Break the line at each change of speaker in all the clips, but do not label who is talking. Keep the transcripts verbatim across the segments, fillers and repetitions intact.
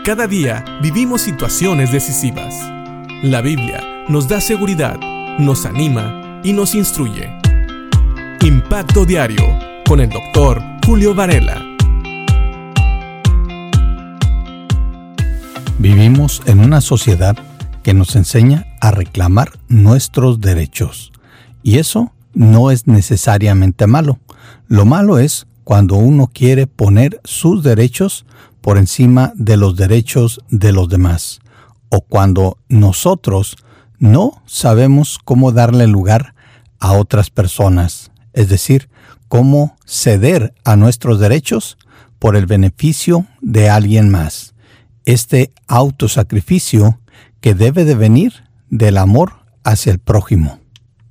Cada día vivimos situaciones decisivas. La Biblia nos da seguridad, nos anima y nos instruye. Impacto Diario con el doctor Julio Varela.
Vivimos en una sociedad que nos enseña a reclamar nuestros derechos. Y eso no es necesariamente malo. Lo malo es cuando uno quiere poner sus derechos por encima de los derechos de los demás, o cuando nosotros no sabemos cómo darle lugar a otras personas, es decir, cómo ceder a nuestros derechos por el beneficio de alguien más. Este autosacrificio que debe de venir del amor hacia el prójimo.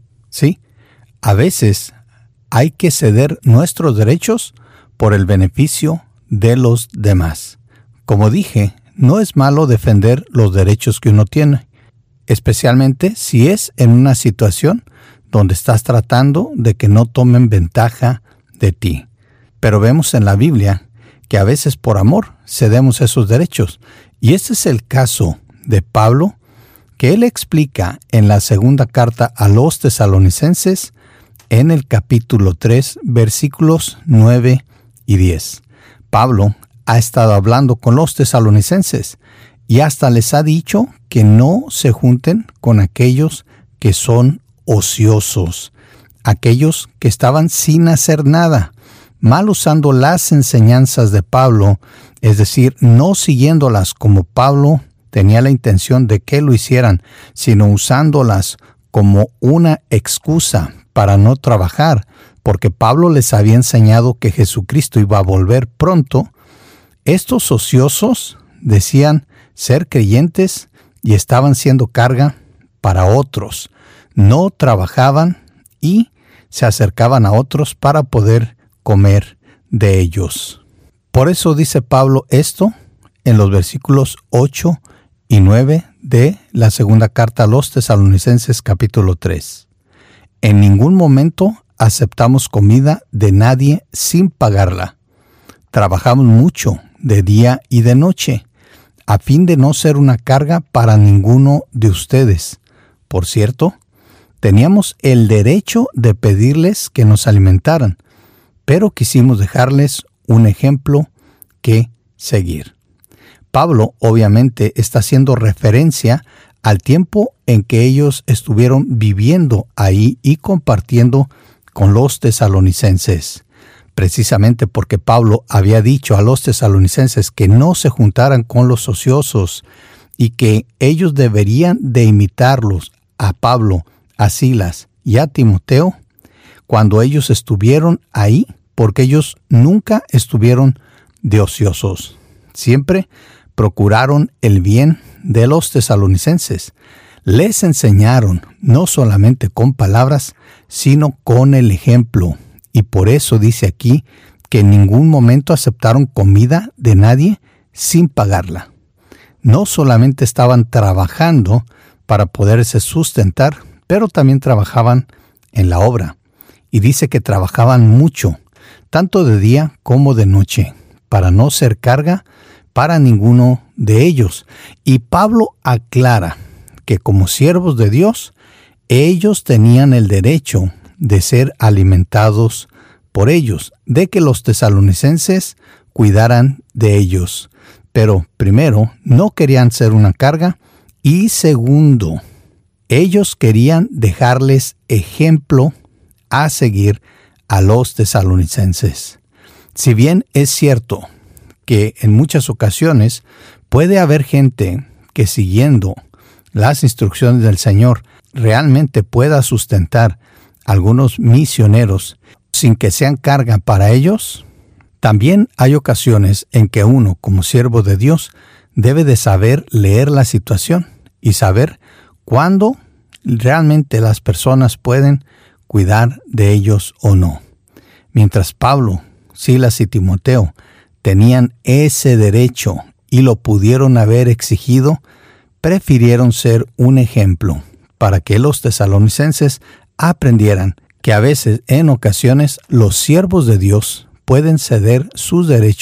Sí, a veces hay que ceder nuestros derechos por el beneficio de los demás. Como dije, no es malo defender los derechos que uno tiene, especialmente si es en una situación donde estás tratando de que no tomen ventaja de ti. Pero vemos en la Biblia que a veces por amor cedemos esos derechos. Y este es el caso de Pablo, que él explica en la segunda carta a los tesalonicenses, en el capítulo tres, versículos nueve y diez. Pablo ha estado hablando con los tesalonicenses y hasta les ha dicho que no se junten con aquellos que son ociosos, aquellos que estaban sin hacer nada, mal usando las enseñanzas de Pablo, es decir, no siguiéndolas como Pablo tenía la intención de que lo hicieran, sino usándolas como una excusa para no trabajar, porque Pablo les había enseñado que Jesucristo iba a volver pronto. Estos ociosos decían ser creyentes y estaban siendo carga para otros. No trabajaban y se acercaban a otros para poder comer de ellos. Por eso dice Pablo esto en los versículos ocho y nueve de la segunda carta a los tesalonicenses capítulo tres. En ningún momento aceptamos comida de nadie sin pagarla. Trabajamos mucho de día y de noche, a fin de no ser una carga para ninguno de ustedes. Por cierto, teníamos el derecho de pedirles que nos alimentaran, pero quisimos dejarles un ejemplo que seguir. Pablo obviamente está haciendo referencia al tiempo en que ellos estuvieron viviendo ahí y compartiendo con los tesalonicenses, precisamente porque Pablo había dicho a los tesalonicenses que no se juntaran con los ociosos y que ellos deberían de imitarlos a Pablo, a Silas y a Timoteo cuando ellos estuvieron ahí, porque ellos nunca estuvieron de ociosos. Siempre procuraron el bien de los tesalonicenses. Les enseñaron no solamente con palabras, sino con el ejemplo. Y por eso dice aquí que en ningún momento aceptaron comida de nadie sin pagarla. No solamente estaban trabajando para poderse sustentar, pero también trabajaban en la obra. Y dice que trabajaban mucho, tanto de día como de noche, para no ser carga para ninguno de ellos. Y Pablo aclara que como siervos de Dios, ellos tenían el derecho de ser alimentados por ellos, de que los tesalonicenses cuidaran de ellos. Pero primero, no querían ser una carga, y segundo, ellos querían dejarles ejemplo a seguir a los tesalonicenses. Si bien es cierto que en muchas ocasiones puede haber gente que siguiendo las instrucciones del Señor realmente pueda sustentar a algunos misioneros sin que sean carga para ellos, también hay ocasiones en que uno, como siervo de Dios, debe de saber leer la situación y saber cuándo realmente las personas pueden cuidar de ellos o no. Mientras Pablo, Silas y Timoteo tenían ese derecho y lo pudieron haber exigido, prefirieron ser un ejemplo para que los tesalonicenses aprendieran que a veces, en ocasiones, los siervos de Dios pueden ceder sus derechos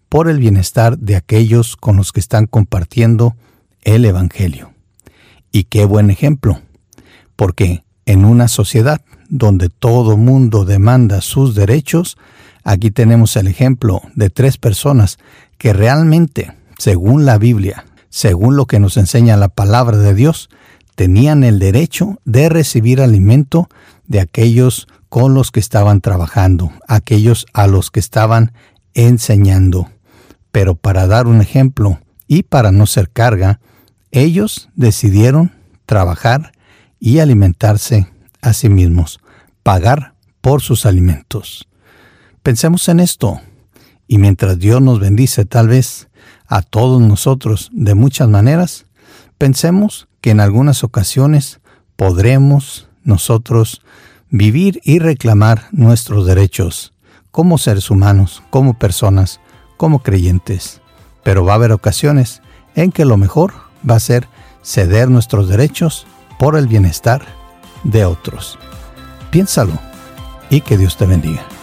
por el bienestar de aquellos con los que están compartiendo el Evangelio. Y qué buen ejemplo, porque en una sociedad donde todo mundo demanda sus derechos, aquí tenemos el ejemplo de tres personas que realmente, según la Biblia, según lo que nos enseña la palabra de Dios, tenían el derecho de recibir alimento de aquellos con los que estaban trabajando, aquellos a los que estaban enseñando. Pero para dar un ejemplo y para no ser carga, ellos decidieron trabajar y alimentarse a sí mismos, pagar por sus alimentos. Pensemos en esto, y mientras Dios nos bendice tal vez a todos nosotros de muchas maneras, pensemos que en algunas ocasiones podremos nosotros vivir y reclamar nuestros derechos como seres humanos, como personas, como creyentes. Pero va a haber ocasiones en que lo mejor va a ser ceder nuestros derechos por el bienestar de otros. Piénsalo y que Dios te bendiga.